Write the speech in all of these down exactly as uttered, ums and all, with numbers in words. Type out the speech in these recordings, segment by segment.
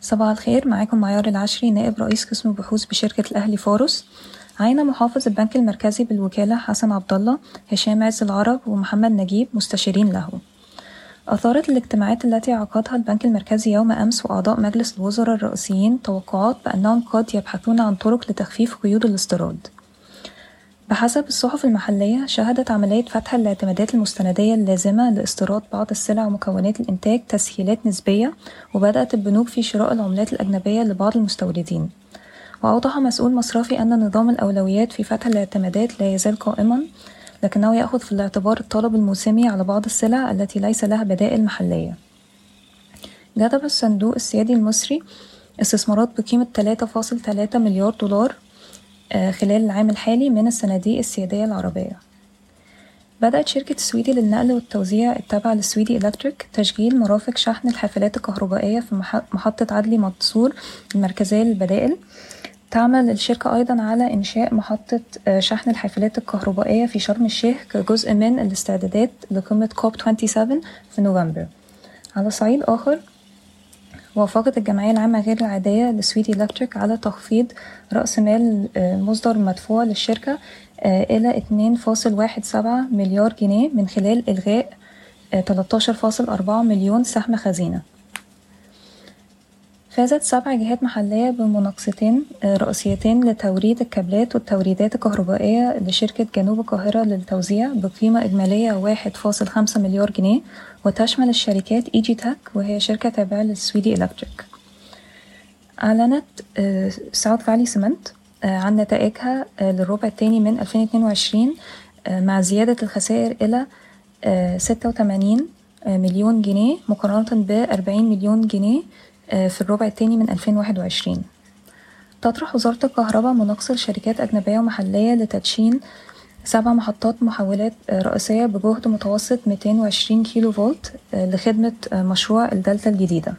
صباح الخير، معاكم معيار العشري نائب رئيس قسم البحوث بشركة الأهلي فارس. عين محافظ البنك المركزي بالوكالة حسن عبد الله، هشام عز العرب ومحمد نجيب مستشارين له. أثارت الاجتماعات التي عقدها البنك المركزي يوم أمس وأعضاء مجلس الوزراء الرئيسيين توقعات بأنهم قد يبحثون عن طرق لتخفيف قيود الاستيراد. بحسب الصحف المحلية، شهدت عملية فتح الاعتمادات المستندية اللازمة لاستيراد بعض السلع ومكونات الإنتاج تسهيلات نسبية، وبدأت البنوك في شراء العملات الأجنبية لبعض المستوردين. وأوضح مسؤول مصرفي أن نظام الأولويات في فتح الاعتمادات لا يزال قائما، لكنه يأخذ في الاعتبار الطلب الموسمي على بعض السلع التي ليس لها بدائل محلية. جذب الصندوق السيادي المصري استثمارات بقيمة ثلاثة فاصلة ثلاثة مليار دولار خلال العام الحالي من الصناديق السيادية العربية. بدأت شركة السويدي للنقل والتوزيع التابعة للسويدي إلكتريك تشغيل مرافق شحن الحافلات الكهربائية في محطة عدلي منصور المركزية للبدائل. تعمل الشركة أيضا على إنشاء محطة شحن الحافلات الكهربائية في شرم الشيخ كجزء من الاستعدادات لقمة كوب سبعة وعشرين في نوفمبر. على صعيد آخر، وافقت الجمعية العامة غير العادية لسويدي إلكتريك على تخفيض رأس مال المصدر المدفوع للشركة إلى اثنين فاصلة واحد سبعة مليار جنيه من خلال إلغاء ثلاثة عشر فاصلة أربعة مليون سهم خزينة. فازت سبع جهات محلية بمناقصتين رئيسيتين لتوريد الكابلات والتوريدات الكهربائية لشركة جنوب القاهرة للتوزيع بقيمة إجمالية واحد فاصلة خمسة مليار جنيه، وتشمل الشركات إيجي تاك وهي شركة تابعة للسويدي إلكتريك. أعلنت ساوث فالي سيمنت عن نتائجها للربع الثاني من ألفين واثنين وعشرين مع زيادة الخسائر إلى ستة وثمانين مليون جنيه مقارنة ب أربعين مليون جنيه في الربع الثاني من ألفين وواحد وعشرين. تطرح وزارة الكهرباء مناقصة لشركات أجنبية ومحلية لتدشين سبع محطات محولات رئيسية بجهد متوسط مئتين وعشرين كيلو فولت لخدمة مشروع الدلتا الجديدة.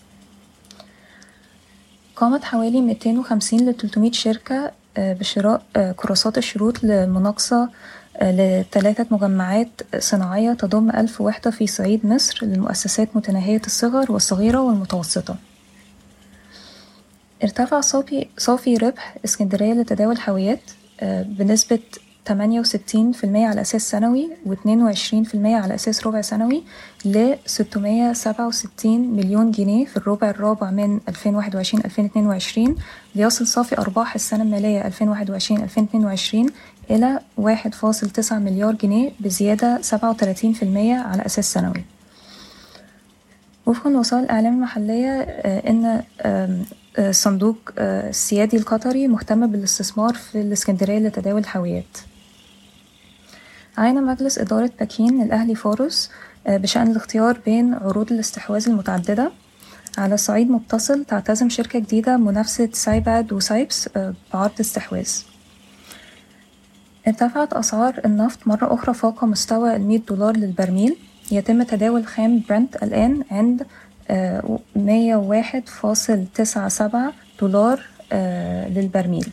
قامت حوالي مئتين وخمسين ل ثلاثمائة شركة بشراء كراسات الشروط لمناقصة لثلاثة مجمعات صناعية تضم ألف وحدة في صعيد مصر للمؤسسات متناهية الصغر والصغيرة والمتوسطة. ارتفع صافي, صافي ربح اسكندرية لتداول الحاويات بنسبة ثمانية وستين بالمئة على أساس سنوي واثنين وعشرين بالمئة على أساس ربع سنوي ل ستمائة وسبعة وستين مليون جنيه في الربع الرابع من ألفين وواحد وعشرين ألفين واثنين وعشرين، ليصل صافي أرباح السنة المالية ألفين وواحد وعشرين ألفين واثنين وعشرين إلى واحد فاصلة تسعة مليار جنيه بزيادة سبعة وثلاثين بالمئة على أساس سنوي. وفقا لوسائل الإعلام المحلية إن الصندوق السيادي القطري مهتم بالاستثمار في الإسكندرية لتداول الحاويات. عين مجلس إدارة باكين الأهلي فارس بشأن الاختيار بين عروض الاستحواذ المتعددة. على صعيد متصل، تعتزم شركة جديدة منافسة سايباد وسايبس بعرض استحواذ. ارتفعت أسعار النفط مرة أخرى فوق مستوى المئة دولار للبرميل. يتم تداول خام برنت الآن عند مئة وواحد فاصلة تسعة سبعة دولار للبرميل.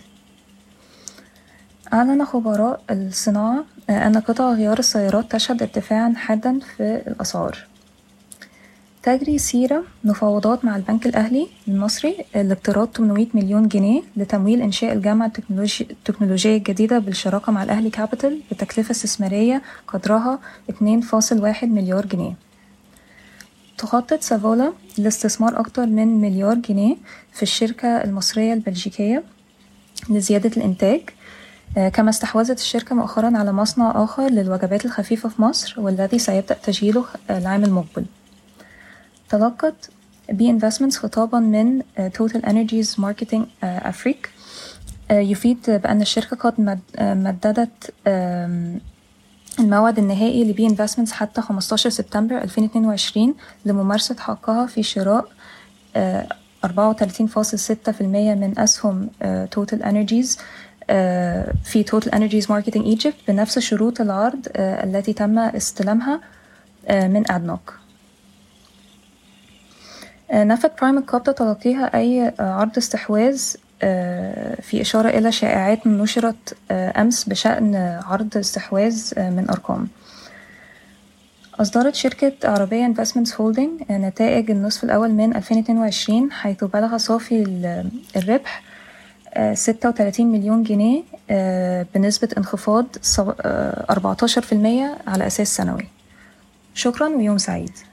أعلن خبراء الصناعة أن قطع غيار السيارات تشهد ارتفاعا حادا في الأسعار. تجري سيرة مفاوضات مع البنك الأهلي المصري لاقتراض ثمانمائة مليون جنيه لتمويل إنشاء الجامعة التكنولوجية الجديدة بالشراكة مع الأهلي كابيتال بتكلفة استثمارية قدرها اثنين فاصلة واحد مليار جنيه. تخطط سافولا لاستثمار أكثر من مليار جنيه في الشركة المصرية البلجيكية لزيادة الإنتاج، كما استحوذت الشركة مؤخرا على مصنع آخر للوجبات الخفيفة في مصر والذي سيبدأ تشغيله العام المقبل. تلقت بي انفستمنتس خطابا من توتال انرجيز ماركتينج افريك يفيد بأن الشركة قد مددت الموعد النهائي لبي انفستمنتس حتى خمستاشر سبتمبر ألفين واثنين وعشرين لممارسة حقها في شراء أربعة وثلاثين فاصلة ستة بالمئة من أسهم توتال انرجيز في توتال انرجيز ماركتينج ايجيبت بنفس شروط العرض التي تم استلامها من ادنوك. نفت برايم القبضة تلقيها أي عرض استحواذ في إشارة إلى شائعات نشرت أمس بشأن عرض استحواذ من أرقام. أصدرت شركة عربية انفستمنتس هولدنج نتائج النصف الأول من ألفين واتنين وعشرين، حيث بلغ صافي الربح ستة وتلاتين مليون جنيه بنسبة انخفاض أربعتاشر في المية على أساس سنوي. شكرا ويوم سعيد.